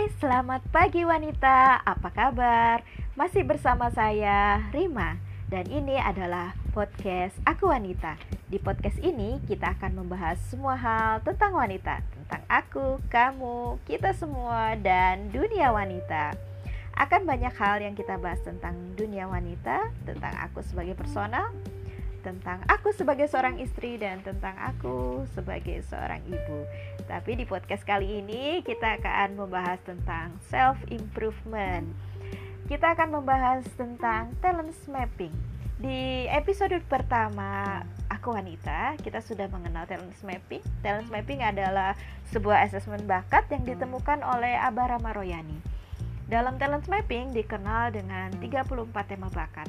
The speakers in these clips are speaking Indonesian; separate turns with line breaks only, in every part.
Hai, selamat pagi wanita. Apa kabar? Masih bersama saya, Rima. Dan ini adalah podcast Aku Wanita. Di podcast ini kita akan membahas semua hal tentang wanita, tentang aku, kamu, kita semua, dan dunia wanita. Akan banyak hal yang kita bahas tentang dunia wanita, tentang aku sebagai personal, tentang aku sebagai seorang istri, dan tentang aku sebagai seorang ibu. Tapi di podcast kali ini kita akan membahas tentang self-improvement. Kita akan membahas tentang talent mapping. Di episode pertama Aku Wanita, kita sudah mengenal talent mapping. Talent mapping adalah sebuah asesmen bakat yang ditemukan oleh Aba Rama Royani. Dalam talent mapping dikenal dengan 34 tema bakat.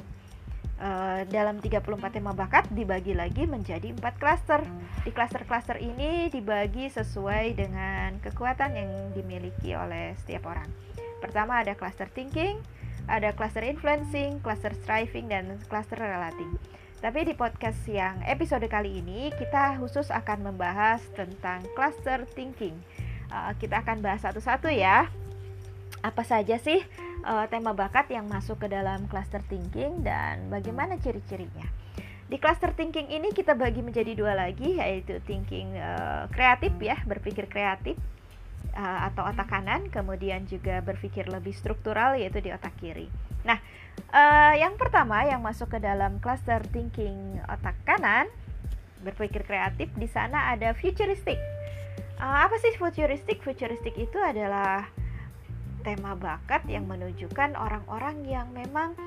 Dalam 34 tema bakat dibagi lagi menjadi 4 klaster. Di klaster-klaster ini dibagi sesuai dengan kekuatan yang dimiliki oleh setiap orang. Pertama ada klaster thinking, ada klaster influencing, klaster striving, dan klaster relating. Tapi di podcast yang episode kali ini kita khusus akan membahas tentang klaster thinking. Kita akan bahas satu-satu ya. Apa saja sih tema bakat yang masuk ke dalam cluster thinking dan bagaimana ciri-cirinya. Di cluster thinking ini kita bagi menjadi dua lagi, yaitu thinking kreatif ya, berpikir kreatif atau otak kanan, kemudian juga berpikir lebih struktural yaitu di otak kiri. Nah, yang pertama yang masuk ke dalam cluster thinking otak kanan, berpikir kreatif, di sana ada futuristic. Apa sih futuristic? Futuristic itu adalah tema bakat yang menunjukkan orang-orang yang memang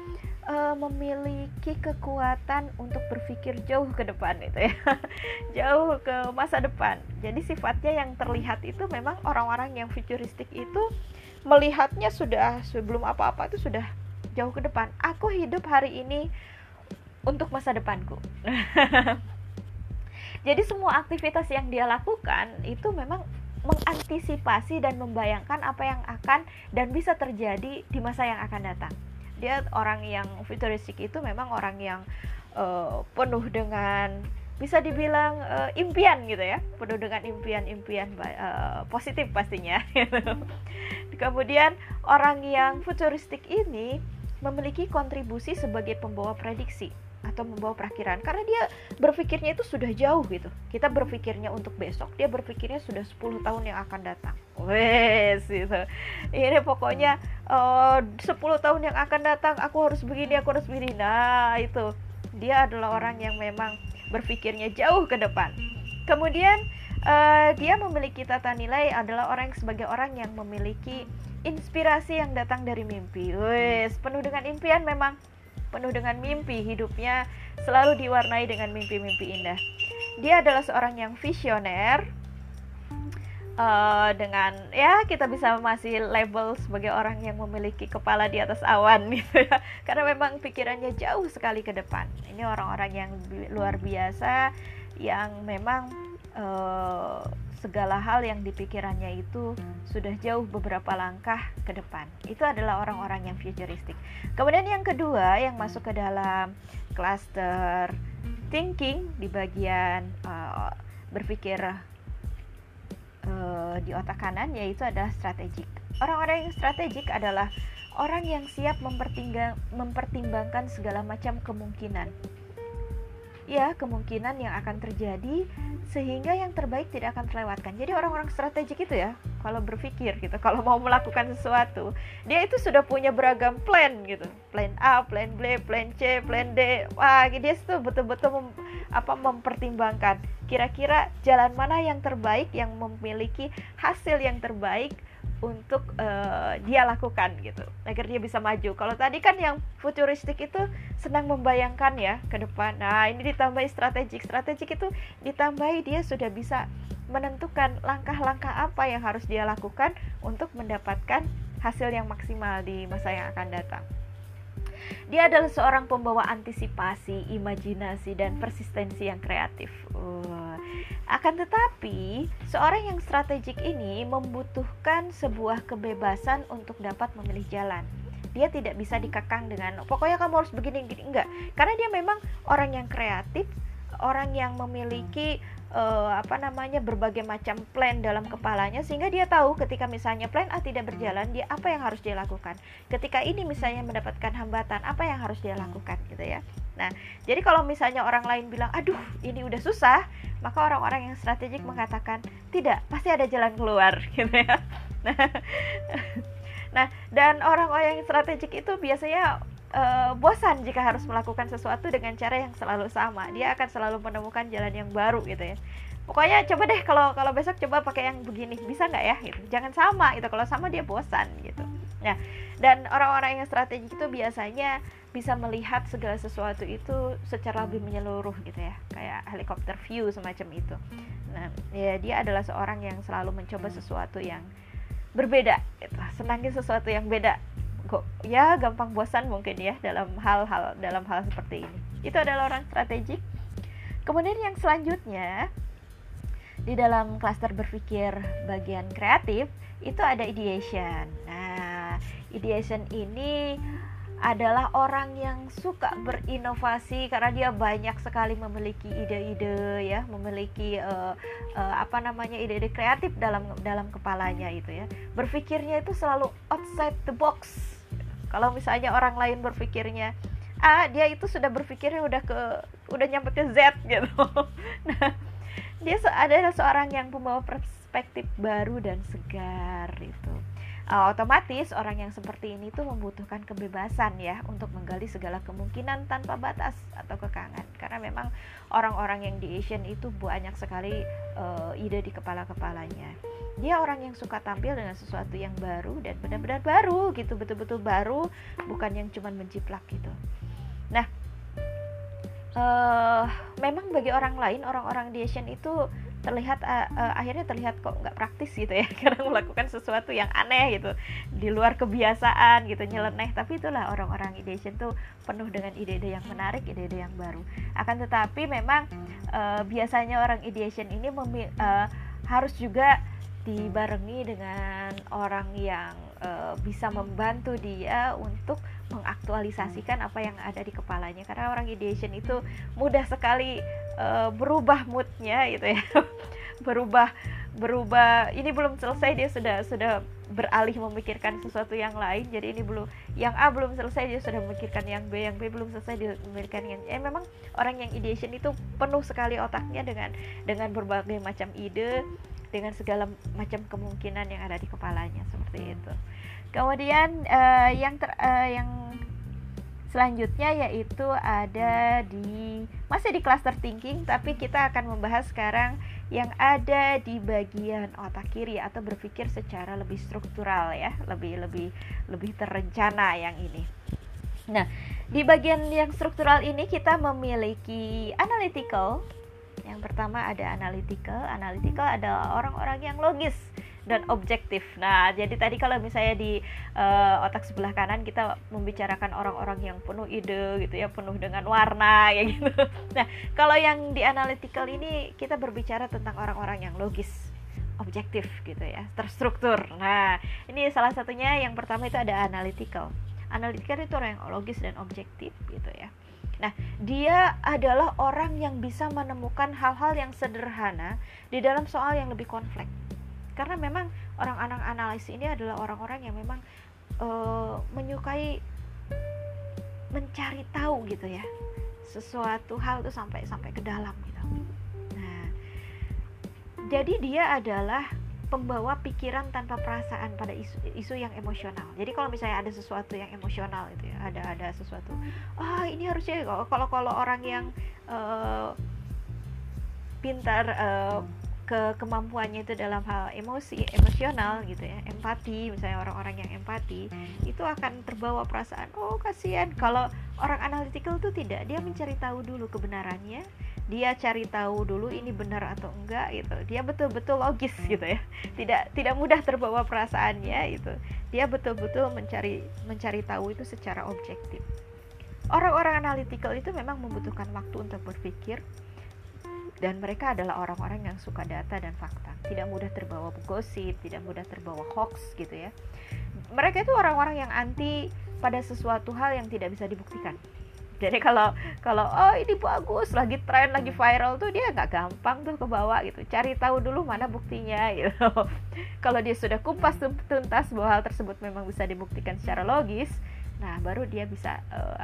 memiliki kekuatan untuk berpikir jauh ke depan itu ya. Jauh ke masa depan. Jadi sifatnya yang terlihat itu memang orang-orang yang futuristik itu melihatnya sudah sebelum apa-apa itu sudah jauh ke depan. Aku hidup hari ini untuk masa depanku. Jadi semua aktivitas yang dia lakukan itu memang mengantisipasi dan membayangkan apa yang akan dan bisa terjadi di masa yang akan datang. Dia orang yang futuristik itu memang orang yang penuh dengan bisa dibilang impian gitu ya, penuh dengan impian-impian positif pastinya. Kemudian orang yang futuristik ini memiliki kontribusi sebagai pembawa prediksi atau membawa perakhiran, karena dia berpikirnya itu sudah jauh gitu. Kita berpikirnya untuk besok, dia berpikirnya sudah 10 tahun yang akan datang. Wes gitu. Ini pokoknya 10 tahun yang akan datang aku harus begini, aku harus begini. Nah, itu. Dia adalah orang yang memang berpikirnya jauh ke depan. Kemudian dia memiliki tata nilai adalah orang sebagai orang yang memiliki inspirasi yang datang dari mimpi. Wes, penuh dengan impian memang. Penuh dengan mimpi, hidupnya selalu diwarnai dengan mimpi-mimpi indah. Dia adalah seorang yang visioner, dengan ya kita bisa masih label sebagai orang yang memiliki kepala di atas awan gitu ya, karena memang pikirannya jauh sekali ke depan. Ini orang-orang yang luar biasa yang memang segala hal yang dipikirannya itu sudah jauh beberapa langkah ke depan. Itu adalah orang-orang yang futuristik. Kemudian yang kedua yang masuk ke dalam cluster thinking di bagian berpikir di otak kanan, yaitu adalah strategik. Orang-orang yang strategik adalah orang yang siap mempertimbangkan segala macam kemungkinan. Ya, kemungkinan yang akan terjadi sehingga yang terbaik tidak akan terlewatkan. Jadi orang-orang strategik itu ya, kalau berpikir gitu, kalau mau melakukan sesuatu, dia itu sudah punya beragam plan gitu. Plan A, plan B, plan C, plan D. Wah, dia itu betul-betul mempertimbangkan kira-kira jalan mana yang terbaik, yang memiliki hasil yang terbaik untuk dia lakukan gitu, agar dia bisa maju. Kalau tadi kan yang futuristik itu senang membayangkan ya ke depan. Nah, ini ditambahi strategik itu ditambahi dia sudah bisa menentukan langkah-langkah apa yang harus dia lakukan untuk mendapatkan hasil yang maksimal di masa yang akan datang. Dia adalah seorang pembawa antisipasi, imajinasi, dan persistensi yang kreatif. Akan tetapi, seorang yang strategik ini membutuhkan sebuah kebebasan untuk dapat memilih jalan. Dia tidak bisa dikekang dengan pokoknya kamu harus begini, enggak. Karena dia memang orang yang kreatif, orang yang memiliki berbagai macam plan dalam kepalanya, sehingga dia tahu ketika misalnya plan A tidak berjalan, dia apa yang harus dia lakukan. Ketika ini misalnya mendapatkan hambatan, apa yang harus dia lakukan gitu ya. Nah, jadi kalau misalnya orang lain bilang, aduh ini udah susah, maka orang-orang yang strategik mengatakan, tidak, pasti ada jalan keluar gitu ya. Nah, dan orang-orang yang strategik itu biasanya bosan jika harus melakukan sesuatu dengan cara yang selalu sama. Dia akan selalu menemukan jalan yang baru gitu ya. Pokoknya coba deh, kalau besok coba pakai yang begini, bisa nggak ya gitu. Jangan sama gitu, kalau sama dia bosan gitu. Nah, dan orang-orang yang strategik itu biasanya bisa melihat segala sesuatu itu secara lebih menyeluruh gitu ya, kayak helikopter view semacam itu. Nah, ya dia adalah seorang yang selalu mencoba sesuatu yang berbeda gitu. Senangnya sesuatu yang beda. Kok ya gampang bosan mungkin ya dalam hal seperti ini. Itu adalah orang strategik. Kemudian yang selanjutnya di dalam klaster berpikir bagian kreatif itu ada ideation. Nah, ideation ini adalah orang yang suka berinovasi karena dia banyak sekali memiliki ide-ide ya, memiliki ide-ide kreatif dalam kepalanya itu ya. Berpikirnya itu selalu outside the box. Kalau misalnya orang lain berpikirnya A, dia itu sudah berpikirnya udah nyampe ke Z gitu. Nah, dia adalah seorang yang membawa perspektif baru dan segar itu. Otomatis orang yang seperti ini tuh membutuhkan kebebasan ya untuk menggali segala kemungkinan tanpa batas atau kekangan, karena memang orang-orang yang di Asian itu banyak sekali ide di kepalanya. Dia orang yang suka tampil dengan sesuatu yang baru dan benar-benar baru gitu, betul-betul baru, bukan yang cuman menjiplak gitu. Nah, memang bagi orang lain, orang-orang di Asian itu akhirnya terlihat kok nggak praktis gitu ya, karena melakukan sesuatu yang aneh gitu, di luar kebiasaan gitu, nyeleneh. Tapi itulah orang-orang Asian tuh penuh dengan ide-ide yang menarik, ide-ide yang baru. Akan tetapi memang biasanya orang Asian ini harus juga dibarengi dengan orang yang bisa membantu dia untuk mengaktualisasikan apa yang ada di kepalanya, karena orang Asian itu mudah sekali berubah moodnya gitu ya. berubah ini belum selesai dia sudah beralih memikirkan sesuatu yang lain. Jadi ini yang A belum selesai dia sudah memikirkan yang B belum selesai dia memikirkan yang memang orang yang Asian itu penuh sekali otaknya dengan berbagai macam ide, dengan segala macam kemungkinan yang ada di kepalanya seperti itu. Kemudian yang selanjutnya yaitu ada masih di cluster thinking, tapi kita akan membahas sekarang yang ada di bagian otak kiri atau berpikir secara lebih struktural ya, lebih terencana yang ini. Nah, di bagian yang struktural ini kita memiliki analytical. Yang pertama ada analytical. Analytical adalah orang-orang yang logis dan objektif. Nah, jadi tadi kalau misalnya di otak sebelah kanan kita membicarakan orang-orang yang penuh ide gitu ya, penuh dengan warna ya gitu. Nah, kalau yang di analytical ini kita berbicara tentang orang-orang yang logis, objektif gitu ya, terstruktur. Nah, ini salah satunya yang pertama itu ada analytical. Analytical itu orang yang logis dan objektif gitu ya. Nah, dia adalah orang yang bisa menemukan hal-hal yang sederhana di dalam soal yang lebih kompleks. Karena memang orang-orang analis ini adalah orang-orang yang memang menyukai mencari tahu gitu ya, sesuatu hal itu sampai ke dalam gitu. Nah, jadi dia adalah pembawa pikiran tanpa perasaan pada isu yang emosional. Jadi kalau misalnya ada sesuatu yang emosional itu ya, ada sesuatu, ini harusnya kalau orang yang pintar kemampuannya itu dalam hal emosional gitu ya, empati, misalnya orang-orang yang empati itu akan terbawa perasaan, kasihan. Kalau orang analytical itu tidak, dia mencari tahu dulu kebenarannya, dia cari tahu dulu ini benar atau enggak gitu, dia betul-betul logis gitu ya, tidak mudah terbawa perasaannya itu, dia betul-betul mencari tahu itu secara objektif. Orang-orang analytical itu memang membutuhkan waktu untuk berpikir, dan mereka adalah orang-orang yang suka data dan fakta, tidak mudah terbawa gosip, tidak mudah terbawa hoax gitu ya. Mereka itu orang-orang yang anti pada sesuatu hal yang tidak bisa dibuktikan Jadi kalau oh ini bagus, lagi tren, lagi viral tuh, dia nggak gampang tuh ke bawah gitu. Cari tahu dulu mana buktinya gitu. Kalau dia sudah kupas tuntas bahwa hal tersebut memang bisa dibuktikan secara logis, nah baru dia bisa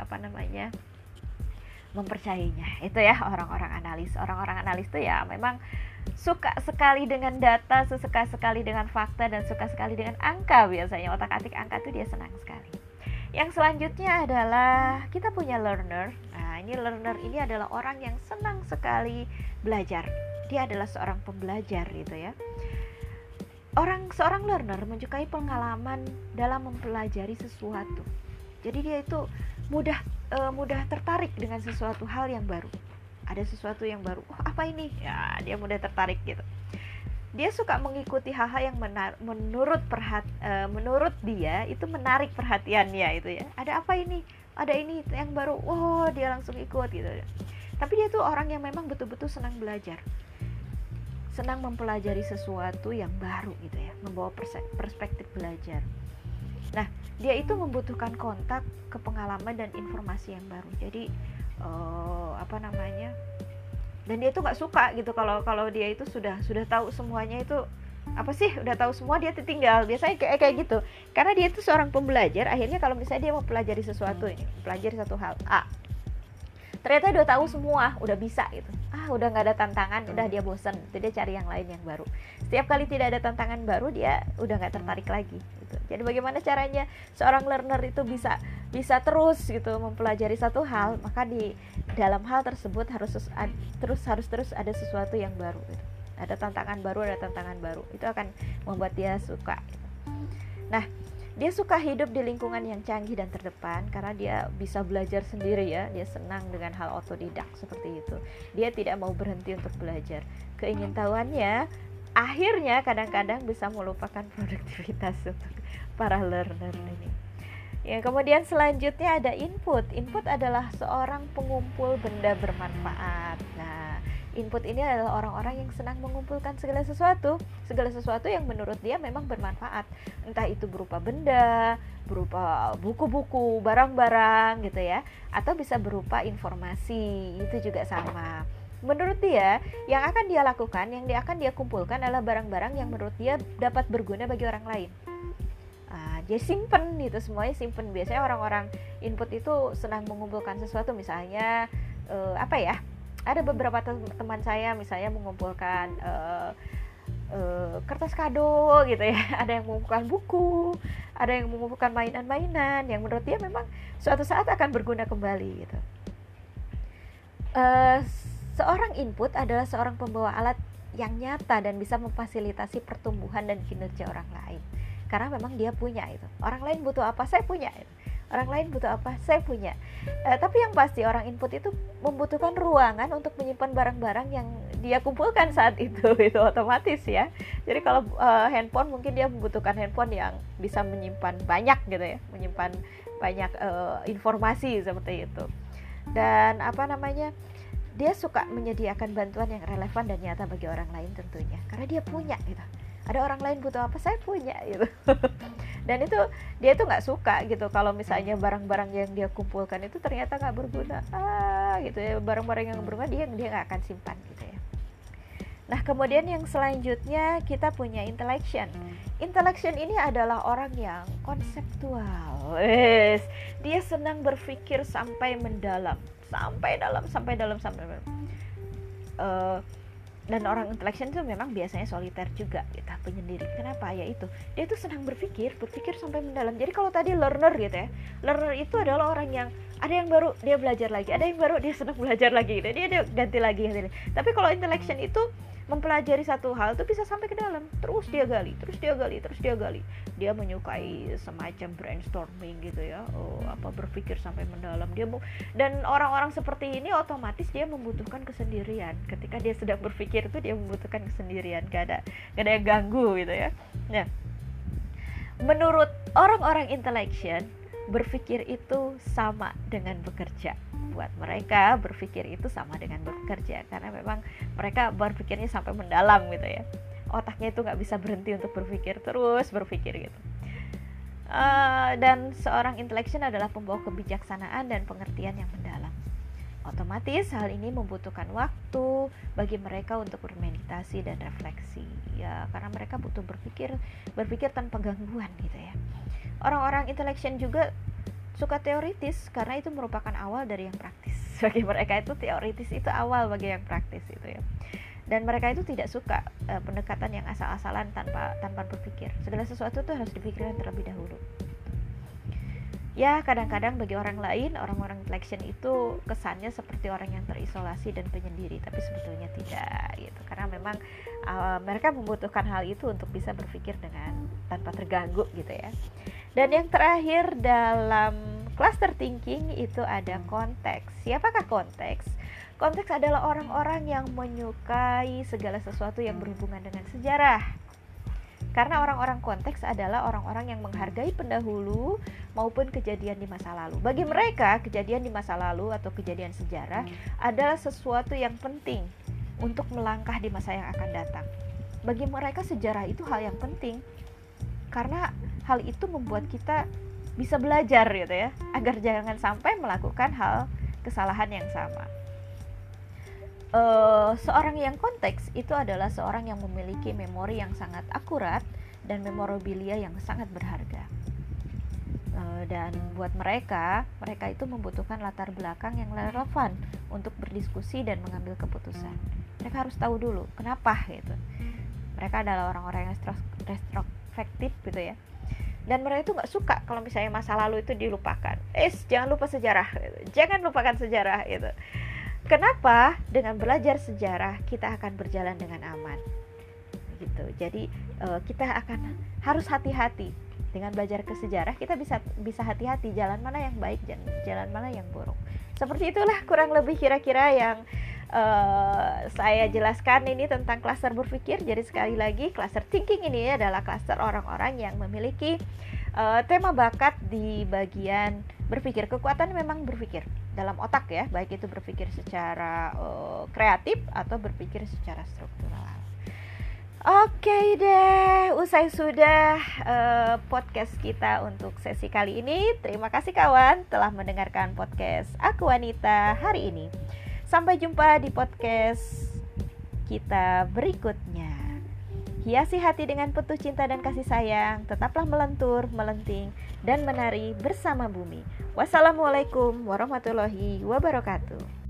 mempercayainya. Itu ya orang-orang analis. Orang-orang analis tuh ya memang suka sekali dengan data, suka sekali dengan fakta, dan suka sekali dengan angka. Biasanya otak-atik angka tuh dia senang sekali. Yang selanjutnya adalah kita punya learner. Nah, ini learner ini adalah orang yang senang sekali belajar. Dia adalah seorang pembelajar gitu ya. Seorang learner menyukai pengalaman dalam mempelajari sesuatu. Jadi dia itu mudah tertarik dengan sesuatu hal yang baru. Ada sesuatu yang baru. Oh, apa ini? Ya, dia mudah tertarik gitu. Dia suka mengikuti hal-hal yang menurut dia itu menarik perhatiannya itu ya. Ada apa ini? Ada ini yang baru. Oh, dia langsung ikut gitu. Tapi dia tuh orang yang memang betul-betul senang belajar. Senang mempelajari sesuatu yang baru gitu ya, membawa perspektif belajar. Nah, dia itu membutuhkan kontak ke pengalaman dan informasi yang baru. Jadi dan dia itu nggak suka gitu kalau dia itu sudah tahu semuanya, itu apa sih, udah tahu semua dia tertinggal. Biasanya kayak gitu, karena dia itu seorang pembelajar. Akhirnya kalau misalnya dia mau pelajari sesuatu, pelajari satu hal A, ternyata udah tahu semua, udah bisa gitu, udah nggak ada tantangan, udah dia bosan, jadi dia cari yang lain yang baru. Setiap kali tidak ada tantangan baru, dia udah nggak tertarik lagi gitu. Jadi bagaimana caranya seorang learner itu bisa terus gitu mempelajari satu hal? Maka di dalam hal tersebut harus terus ada sesuatu yang baru gitu. Ada tantangan baru, itu akan membuat dia suka gitu. Nah, dia suka hidup di lingkungan yang canggih dan terdepan karena dia bisa belajar sendiri ya. Dia senang dengan hal otodidak seperti itu. Dia tidak mau berhenti untuk belajar. Keingintahuannya akhirnya kadang-kadang bisa melupakan produktivitas untuk para learner ini. Ya, kemudian selanjutnya ada input. Input adalah seorang pengumpul benda bermanfaat. Nah, input ini adalah orang-orang yang senang mengumpulkan segala sesuatu yang menurut dia memang bermanfaat. Entah itu berupa benda, berupa buku-buku, barang-barang gitu ya, atau bisa berupa informasi, itu juga sama. Menurut dia, yang akan dia lakukan, yang akan dia kumpulkan adalah barang-barang yang menurut dia dapat berguna bagi orang lain. Dia simpen gitu, semuanya simpen. Biasanya orang-orang input itu senang mengumpulkan sesuatu, misalnya ada beberapa teman saya misalnya mengumpulkan kertas kado gitu ya, ada yang mengumpulkan buku, ada yang mengumpulkan mainan-mainan yang menurut dia memang suatu saat akan berguna kembali gitu. Seorang input adalah seorang pembawa alat yang nyata dan bisa memfasilitasi pertumbuhan dan kinerja orang lain, karena memang dia punya itu. Orang lain butuh apa, saya punya itu. Orang lain butuh apa, saya punya. Tapi yang pasti orang input itu membutuhkan ruangan untuk menyimpan barang-barang yang dia kumpulkan saat itu otomatis ya. Jadi kalau handphone, mungkin dia membutuhkan handphone yang bisa menyimpan banyak gitu ya, menyimpan banyak informasi seperti itu. Dan dia suka menyediakan bantuan yang relevan dan nyata bagi orang lain tentunya, karena dia punya gitu. Ada orang lain butuh apa, saya punya gitu. Dan itu dia tuh nggak suka gitu kalau misalnya barang-barang yang dia kumpulkan itu ternyata nggak berguna gitu ya. Barang-barang yang berguna dia nggak akan simpan gitu ya. Nah, kemudian yang selanjutnya kita punya intellection. Intellection ini adalah orang yang konseptual. Dia senang berpikir sampai mendalam, sampai dalam. Dan orang intellection itu memang biasanya soliter juga gitu, penyendiri. Kenapa? Ya itu, dia tuh senang berpikir sampai mendalam. Jadi kalau tadi learner gitu ya, learner itu adalah orang yang ada yang baru dia belajar lagi, ada yang baru dia senang belajar lagi gitu. Dia ganti lagi. Tapi kalau intellection itu mempelajari satu hal itu bisa sampai ke dalam, terus dia gali. Dia menyukai semacam brainstorming gitu ya, berpikir sampai mendalam. Dan orang-orang seperti ini otomatis dia membutuhkan kesendirian. Ketika dia sedang berpikir itu dia membutuhkan kesendirian, gak ada yang ganggu gitu ya. Nah, menurut orang-orang intellection, berpikir itu sama dengan bekerja. Buat mereka berpikir itu sama dengan bekerja, karena memang mereka berpikirnya sampai mendalam gitu ya. Otaknya itu nggak bisa berhenti untuk berpikir, terus berpikir gitu. Dan seorang intellection adalah pembawa kebijaksanaan dan pengertian yang mendalam. Otomatis hal ini membutuhkan waktu bagi mereka untuk bermeditasi dan refleksi. Ya, karena mereka butuh berpikir tanpa gangguan gitu ya. Orang-orang intellectual juga suka teoritis karena itu merupakan awal dari yang praktis. Bagi mereka itu teoritis itu awal bagi yang praktis itu ya. Dan mereka itu tidak suka pendekatan yang asal-asalan tanpa berpikir. Segala sesuatu itu harus dipikirkan terlebih dahulu. Ya, kadang-kadang bagi orang lain, orang-orang intellectual itu kesannya seperti orang yang terisolasi dan penyendiri, tapi sebetulnya tidak gitu. Karena memang mereka membutuhkan hal itu untuk bisa berpikir dengan tanpa terganggu gitu ya. Dan yang terakhir dalam cluster thinking itu ada konteks. Siapakah konteks? Konteks adalah orang-orang yang menyukai segala sesuatu yang berhubungan dengan sejarah. Karena orang-orang konteks adalah orang-orang yang menghargai pendahulu maupun kejadian di masa lalu. Bagi mereka, kejadian di masa lalu atau kejadian sejarah adalah sesuatu yang penting untuk melangkah di masa yang akan datang. Bagi mereka, sejarah itu hal yang penting karena hal itu membuat kita bisa belajar gitu ya, agar jangan sampai melakukan hal kesalahan yang sama. Seorang yang konteks itu adalah seorang yang memiliki memori yang sangat akurat dan memorabilia yang sangat berharga. Dan buat mereka itu membutuhkan latar belakang yang relevan untuk berdiskusi dan mengambil keputusan. Mereka harus tahu dulu kenapa gitu. Mereka adalah orang-orang yang retrospektif gitu ya. Dan mereka itu nggak suka kalau misalnya masa lalu itu dilupakan. Jangan lupa sejarah, gitu. Jangan lupakan sejarah gitu. Kenapa? Dengan belajar sejarah kita akan berjalan dengan aman, gitu. Jadi kita akan harus hati-hati dengan belajar ke sejarah. Kita bisa hati-hati jalan mana yang baik dan jalan mana yang buruk. Seperti itulah kurang lebih kira-kira yang saya jelaskan ini tentang klaster berpikir. Jadi sekali lagi klaster thinking ini adalah klaster orang-orang yang memiliki tema bakat di bagian berpikir. Kekuatan memang berpikir dalam otak ya, baik itu berpikir secara kreatif atau berpikir secara struktural. Oke deh, usai sudah podcast kita untuk sesi kali ini. Terima kasih kawan telah mendengarkan podcast Aku Wanita hari ini. Sampai jumpa di podcast kita berikutnya. Hiasi hati dengan penuh cinta dan kasih sayang. Tetaplah melentur, melenting, dan menari bersama bumi. Wassalamualaikum warahmatullahi wabarakatuh.